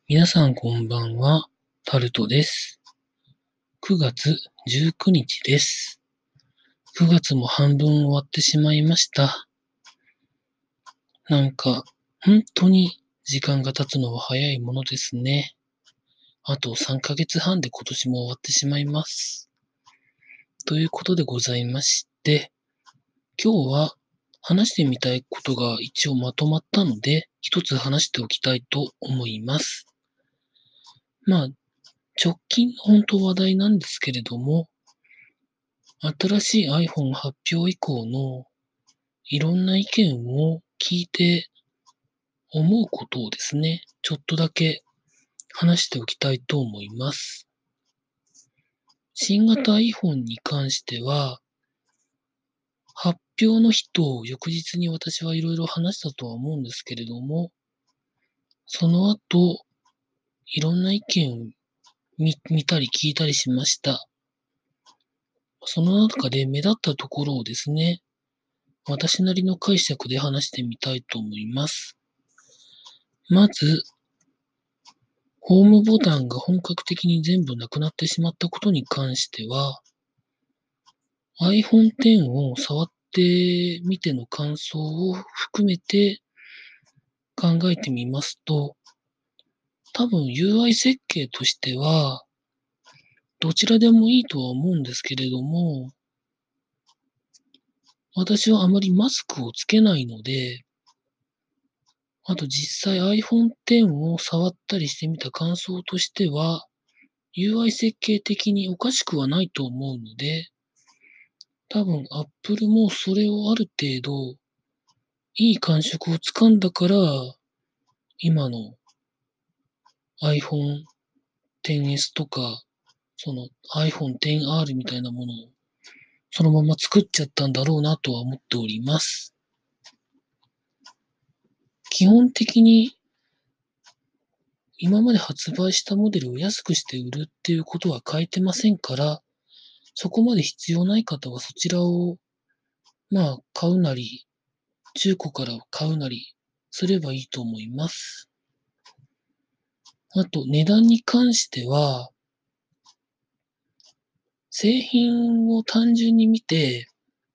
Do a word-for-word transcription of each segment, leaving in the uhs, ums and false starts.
皆さんこんばんは、タルトです。くがつじゅうくにちです。くがつも半分終わってしまいました。なんか、本当に時間が経つのは早いものですね。あとさんかげつはんで今年も終わってしまいます。ということでございまして、今日は話してみたいことが一応まとまったので、一つ話しておきたいと思います。まあ、直近の本当話題なんですけれども、新しい iPhone 発表以降のいろんな意見を聞いて思うことをですね、ちょっとだけ話しておきたいと思います。新型 iPhone に関しては、発表の日と翌日に私はいろいろ話したとは思うんですけれども、その後、いろんな意見を見見たり聞いたりしました。その中で目立ったところをですね、私なりの解釈で話してみたいと思います。まず、ホームボタンが本格的に全部なくなってしまったことに関しては、iPhone テンを触ってみての感想を含めて考えてみますと、多分 ユーアイ 設計としては、どちらでもいいとは思うんですけれども、私はあまりマスクをつけないので、あと実際 iPhone テンを触ったりしてみた感想としては、ユーアイ 設計的におかしくはないと思うので、多分 Apple もそれをある程度いい感触をつかんだから、今の iPhone テンエス とか、その iPhone テンアール みたいなものをそのまま作っちゃったんだろうなとは思っております。基本的に今まで発売したモデルを安くして売るっていうことは変えてませんから、そこまで必要ない方はそちらを、まあ、買うなり、中古から買うなりすればいいと思います。あと、値段に関しては、製品を単純に見て、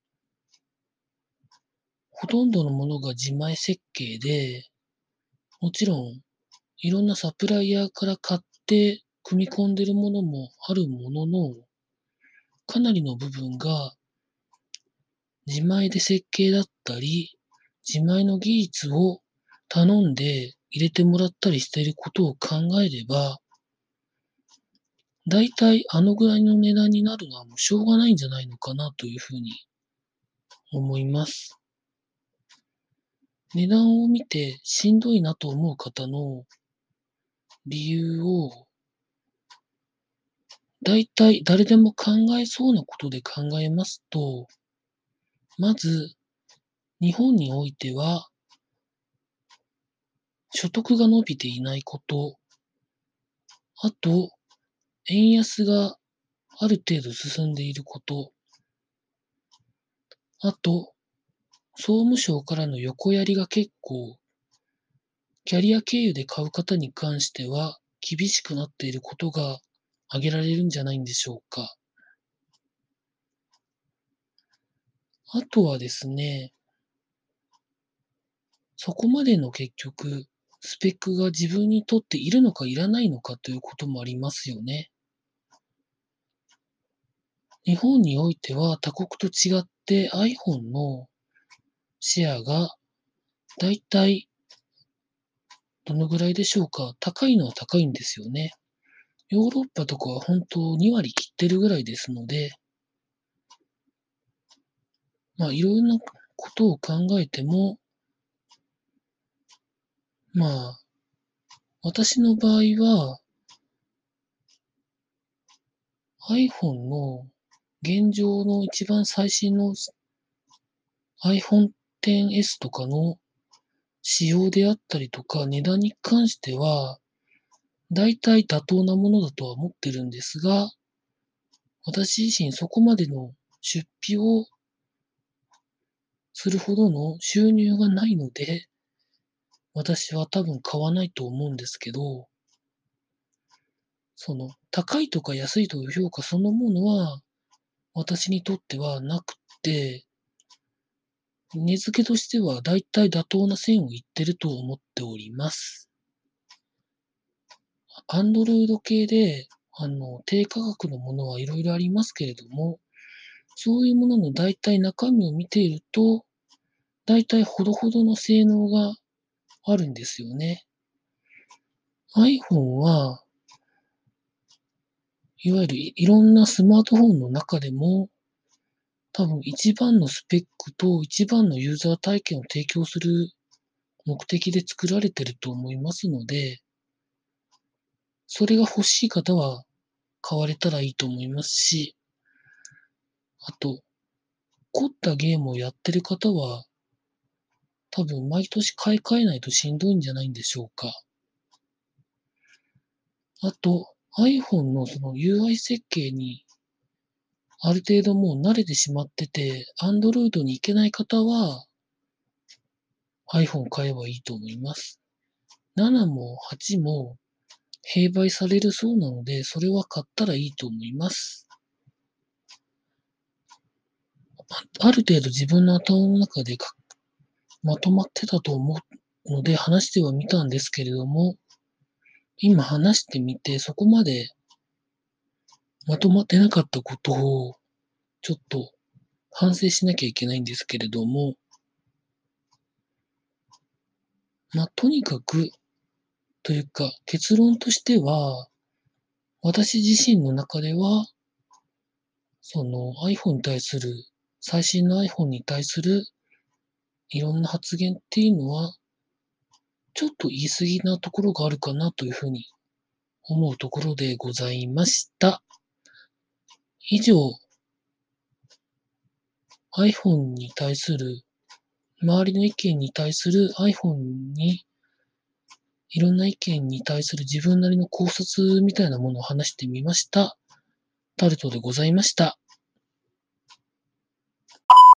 ほとんどのものが自前設計で、もちろん、いろんなサプライヤーから買って組み込んでるものもあるものの、かなりの部分が自前で設計だったり、自前の技術を頼んで入れてもらったりしていることを考えれば、だいたいあのぐらいの値段になるのはもうしょうがないんじゃないのかなというふうに思います。値段を見てしんどいなと思う方の理由を、だいたい誰でも考えそうなことで考えますと、まず、日本においては、所得が伸びていないこと、あと、円安がある程度進んでいること、あと、総務省からの横やりが結構、キャリア経由で買う方に関しては、厳しくなっていることが挙げられるんじゃないんでしょうか。あとはですね、そこまでの結局、スペックが自分にとっているのかいらないのかということもありますよね。日本においては他国と違って iPhone のシェアがだいたいどのぐらいでしょうか。高いのは高いんですよね。ヨーロッパとかは本当に割切ってるぐらいですので、まあいろいろなことを考えても、まあ私の場合は iPhone の現状の一番最新の iPhone テンエス とかの仕様であったりとか値段に関しては、だいたい妥当なものだとは思ってるんですが、私自身そこまでの出費をするほどの収入がないので、私は多分買わないと思うんですけど、 その、高いとか安いという評価そのものは、私にとってはなくて、値付けとしてはだいたい妥当な線をいってると思っております。Android 系で、あの、低価格のものはいろいろありますけれども、そういうもののだいたい中身を見ていると、だいたいほどほどの性能があるんですよね。iPhone は、いわゆるいいろんなスマートフォンの中でも、多分一番のスペックと一番のユーザー体験を提供する目的で作られてると思いますので、それが欲しい方は買われたらいいと思いますし、あと、凝ったゲームをやってる方は、多分毎年買い替えないとしんどいんじゃないんでしょうか。あと、iPhone のその ユーアイ 設計にある程度もう慣れてしまってて、Android に行けない方は iPhone 買えばいいと思います。ななもはちも併売されるそうなので、それは買ったらいいと思います。ある程度自分の頭の中でかまとまってたと思うので話してはみたんですけれども、今話してみてそこまでまとまってなかったことをちょっと反省しなきゃいけないんですけれども、ま、とにかくというか、結論としては、私自身の中では、その iPhone に対する最新の iPhone に対するいろんな発言っていうのは、ちょっと言い過ぎなところがあるかなというふうに思うところでございました。以上、iPhone に対する周りの意見に対する iPhone にいろんな意見に対する自分なりの考察みたいなものを話してみました。タルトでございました。